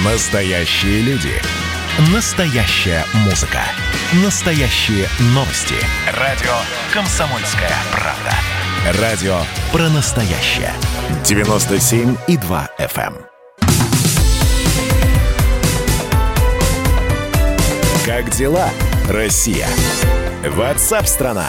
Настоящие люди. Настоящая музыка. Настоящие новости. Радио «Комсомольская правда». Радио про настоящее. 97,2 FM. Как дела, Россия? WhatsApp-страна.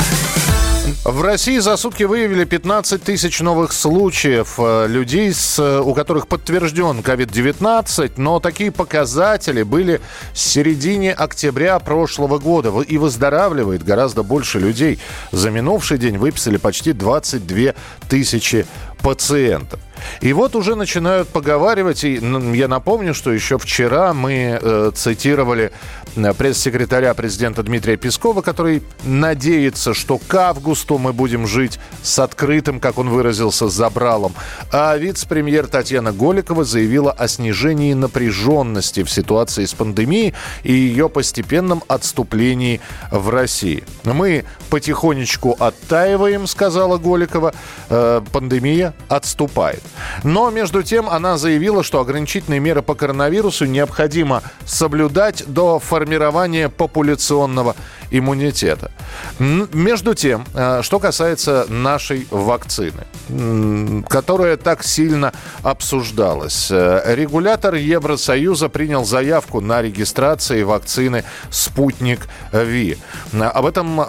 В России за сутки выявили 15 тысяч новых случаев людей, у которых подтвержден COVID-19, но такие показатели были с середины октября прошлого года. И выздоравливает гораздо больше людей. За минувший день выписали почти 22 тысячи пациентов. И вот уже начинают поговаривать, и я напомню, что еще вчера мы цитировали пресс-секретаря президента Дмитрия Пескова, который надеется, что к августу мы будем жить с открытым, как он выразился, забралом. А вице-премьер Татьяна Голикова заявила о снижении напряженности в ситуации с пандемией и ее постепенном отступлении в России. Мы потихонечку оттаиваем, сказала Голикова, пандемия отступает. Но, между тем, она заявила, что ограничительные меры по коронавирусу необходимо соблюдать до формирования популяционного иммунитета. Между тем, что касается нашей вакцины, которая так сильно обсуждалась, регулятор Евросоюза принял заявку на регистрацию вакцины «Спутник Ви». Об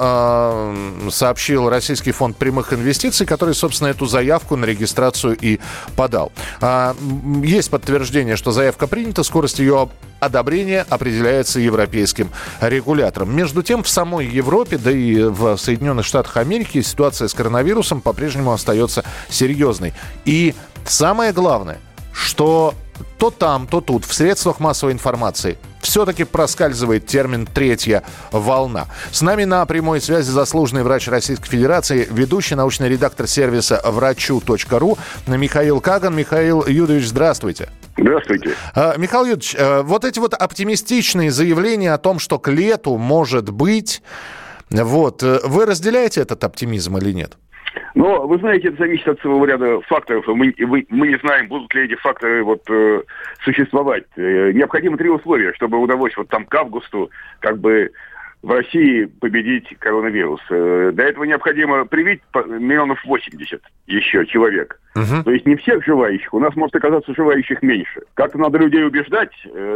этом сообщил Российский фонд прямых инвестиций, который, собственно, эту заявку на регистрацию и подал. Есть подтверждение, что заявка принята, скорость ее одобрения определяется европейским регулятором. Между тем, в самой Европе, да и в Соединенных Штатах Америки ситуация с коронавирусом по-прежнему остается серьезной. И самое главное, что то там, то тут, в средствах массовой информации все-таки проскальзывает термин «третья волна». С нами на прямой связи заслуженный врач Российской Федерации, ведущий научный редактор сервиса врачу.ру Михаил Каган. Михаил Юрьевич, здравствуйте. Здравствуйте. Михаил Юрьевич, вот эти вот оптимистичные заявления о том, что к лету может быть, вы разделяете этот оптимизм или нет? Но, вы знаете, это зависит от целого ряда факторов. Мы не знаем, будут ли эти факторы существовать. Необходимо 3 условия, чтобы удалось к августу в России победить коронавирус. До этого необходимо привить 80 миллионов еще человек. То есть не всех желающих. У нас может оказаться желающих меньше. Как-то надо людей убеждать,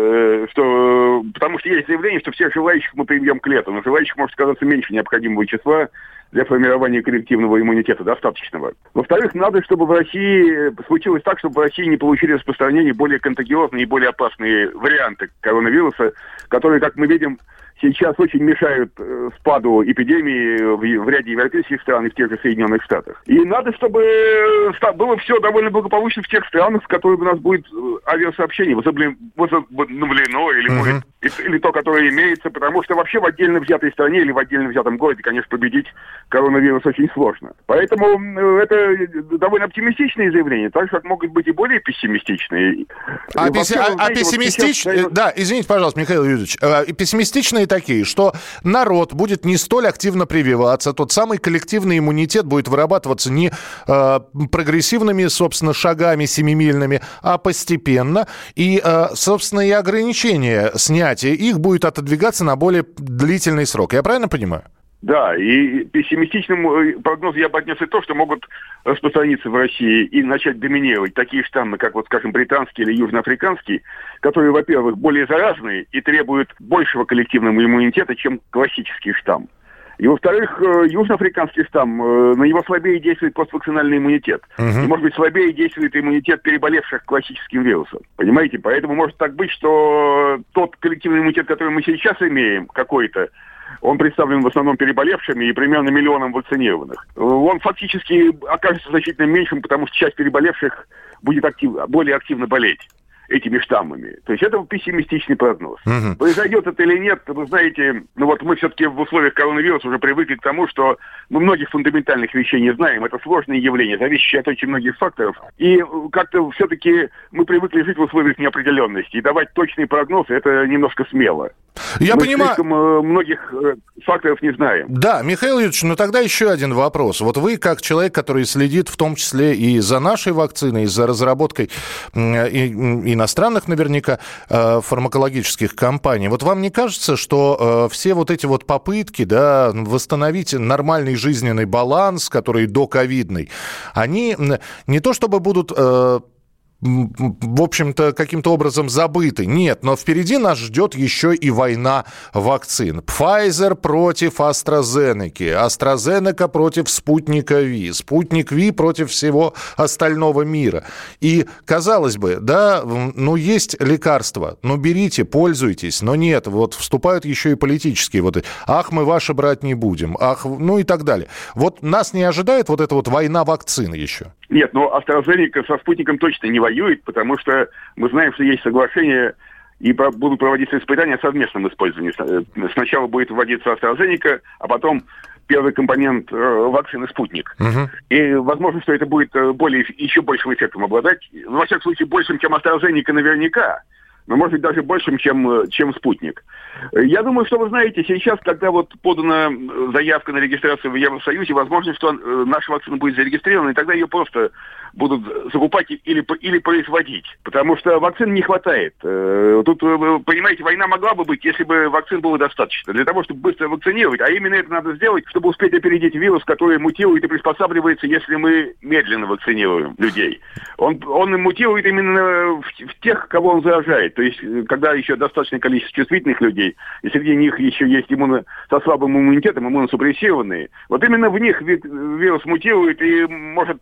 потому что есть заявление, что всех желающих мы привьем к лету. Но желающих может оказаться меньше необходимого числа для формирования коллективного иммунитета достаточного. Во-вторых, надо, чтобы в России случилось так, чтобы в России не получили распространение более контагиозные и более опасные варианты коронавируса, которые, как мы видим, сейчас очень мешают спаду эпидемии в ряде европейских стран и в тех же Соединенных Штатах. И надо, чтобы было все довольно благополучно в тех странах, в которых у нас будет авиасообщение возобновлено или то, которое имеется, потому что вообще в отдельно взятой стране или в отдельно взятом городе, конечно, победить коронавирус очень сложно. Поэтому это довольно оптимистичные заявления, так же, как могут быть и более пессимистичные. Пессимистичные... Да, извините, пожалуйста, Михаил Юрьевич. Пессимистичные такие, что народ будет не столь активно прививаться, тот самый коллективный иммунитет будет вырабатываться не прогрессивными, собственно, шагами семимильными, а постепенно. И, собственно, и ограничения снятия их будет отодвигаться на более длительный срок. Я правильно понимаю? Да, и пессимистичному прогнозу я бы отнес и то, что могут распространиться в России и начать доминировать такие штаммы, как, скажем, британский или южноафриканский, которые, во-первых, более заразные и требуют большего коллективного иммунитета, чем классический штамм. И, во-вторых, южноафриканский штамм, на него слабее действует поствакцинальный иммунитет. И, может быть, слабее действует иммунитет переболевших классическим вирусом. Понимаете? Поэтому может так быть, что тот коллективный иммунитет, который мы сейчас имеем, какой-то, он представлен в основном переболевшими и примерно 1 миллионом вакцинированных. Он фактически окажется значительно меньшим, потому что часть переболевших будет более активно болеть этими штаммами. То есть это пессимистичный прогноз. Произойдет это или нет, вы знаете, мы все-таки в условиях коронавируса уже привыкли к тому, что мы многих фундаментальных вещей не знаем. Это сложные явления, зависящие от очень многих факторов. И как-то все-таки мы привыкли жить в условиях неопределенности. И давать точные прогнозы, это немножко смело. Я понимаю. Слишком многих факторов не знаем. Да, Михаил Юрьевич, тогда еще один вопрос. Вот вы, как человек, который следит в том числе и за нашей вакциной, и за разработкой и иностранных наверняка фармакологических компаний. Вот вам не кажется, что все вот эти вот попытки, да, восстановить нормальный жизненный баланс, который доковидный, они не то чтобы будут... в общем-то, каким-то образом забыты. Нет, но впереди нас ждет еще и война вакцин. Pfizer против AstraZeneca, AstraZeneca против Спутника Ви, Спутник Ви против всего остального мира. И, казалось бы, да, ну, есть лекарства, ну, берите, пользуйтесь, но нет, вот вступают еще и политические вот, ах, мы ваши брать не будем, ах, ну и так далее. Вот нас не ожидает вот эта вот война вакцин еще? Нет, но AstraZeneca со Спутником точно не воюет, потому что мы знаем, что есть соглашение и будут проводиться испытания о совместном использовании. Сначала будет вводиться AstraZeneca, а потом первый компонент вакцины «Спутник». Угу. И возможно, что это будет еще большим эффектом обладать. Во всяком случае, большим, чем AstraZeneca наверняка, но, может быть, даже большим, чем «Спутник». Я думаю, что вы знаете, сейчас, когда вот подана заявка на регистрацию в Евросоюзе, возможно, что наша вакцина будет зарегистрирована, и тогда ее просто будут закупать или производить. Потому что вакцин не хватает. Тут, понимаете, война могла бы быть, если бы вакцин было достаточно. Для того, чтобы быстро вакцинировать, а именно это надо сделать, чтобы успеть опередить вирус, который мутирует и приспосабливается, если мы медленно вакцинируем людей. Он мутирует именно в тех, кого он заражает. То есть, когда еще достаточное количество чувствительных людей, и среди них еще есть со слабым иммунитетом, иммуносупрессированные, вот именно в них вирус мутирует и может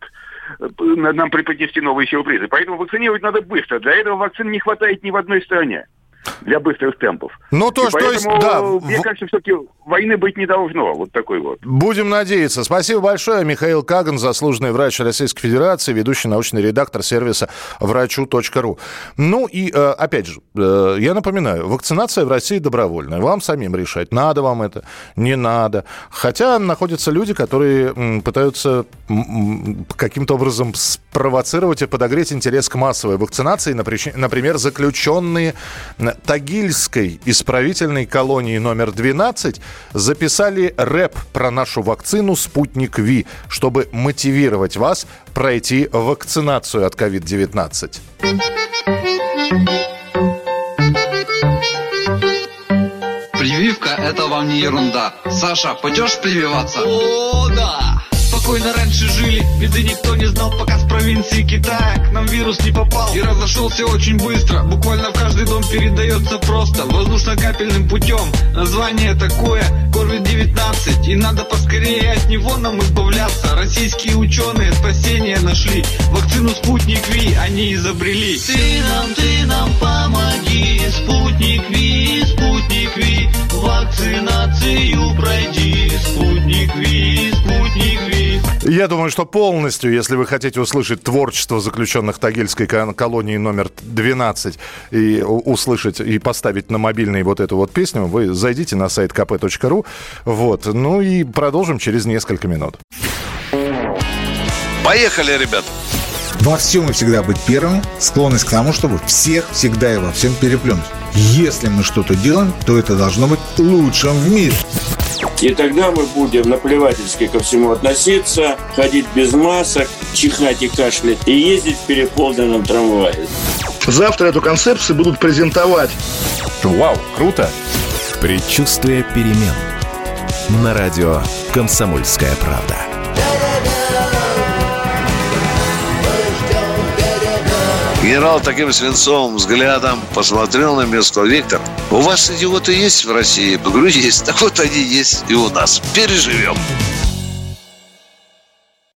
нам преподнести новые сюрпризы. Поэтому вакцинировать надо быстро. Для этого вакцин не хватает ни в одной стране. Для быстрых темпов. Ну, то, что есть, да. Мне кажется, все-таки войны быть не должно. Вот такой вот. Будем надеяться. Спасибо большое. Михаил Каган, заслуженный врач Российской Федерации, ведущий научный редактор сервиса врачу.ру. Ну и, опять же, я напоминаю, вакцинация в России добровольная. Вам самим решать, надо вам это, не надо. Хотя находятся люди, которые пытаются каким-то образом спровоцировать и подогреть интерес к массовой вакцинации. Например, заключенные Тагильской исправительной колонии номер 12 записали рэп про нашу вакцину «Спутник Ви», чтобы мотивировать вас пройти вакцинацию от COVID-19. Прививка – это вам не ерунда. Саша, пойдешь прививаться? О, да! Спокойно раньше жили, беды никто не знал, пока с провинции Китая к нам вирус не попал. И разошелся очень быстро, буквально в каждый дом передается просто воздушно-капельным путем. Название такое – COVID-19, и надо поскорее от него нам избавляться. Российские ученые спасение нашли, вакцину «Спутник Ви» они изобрели. Ты нам помоги, «Спутник Ви», «Спутник Ви», вакцинацию пройди, «Спутник Ви», «Спутник Ви». Я думаю, что полностью, если вы хотите услышать творчество заключенных Тагильской колонии номер 12 и услышать и поставить на мобильный вот эту вот песню, вы зайдите на сайт kp.ru. Вот. Ну и продолжим через несколько минут. Поехали, ребят! Во всем и всегда быть первыми, склонность к тому, чтобы всех, всегда и во всем переплюнуть. Если мы что-то делаем, то это должно быть лучшим в мире. И тогда мы будем наплевательски ко всему относиться, ходить без масок, чихать и кашлять и ездить в переполненном трамвае. Завтра эту концепцию будут презентовать. Вау, круто! Предчувствие перемен. На радио «Комсомольская правда». Генерал таким свинцовым взглядом посмотрел на меня и сказал: Виктор, у вас идиоты есть в России? Я говорю, есть. Так вот они есть и у нас. Переживем.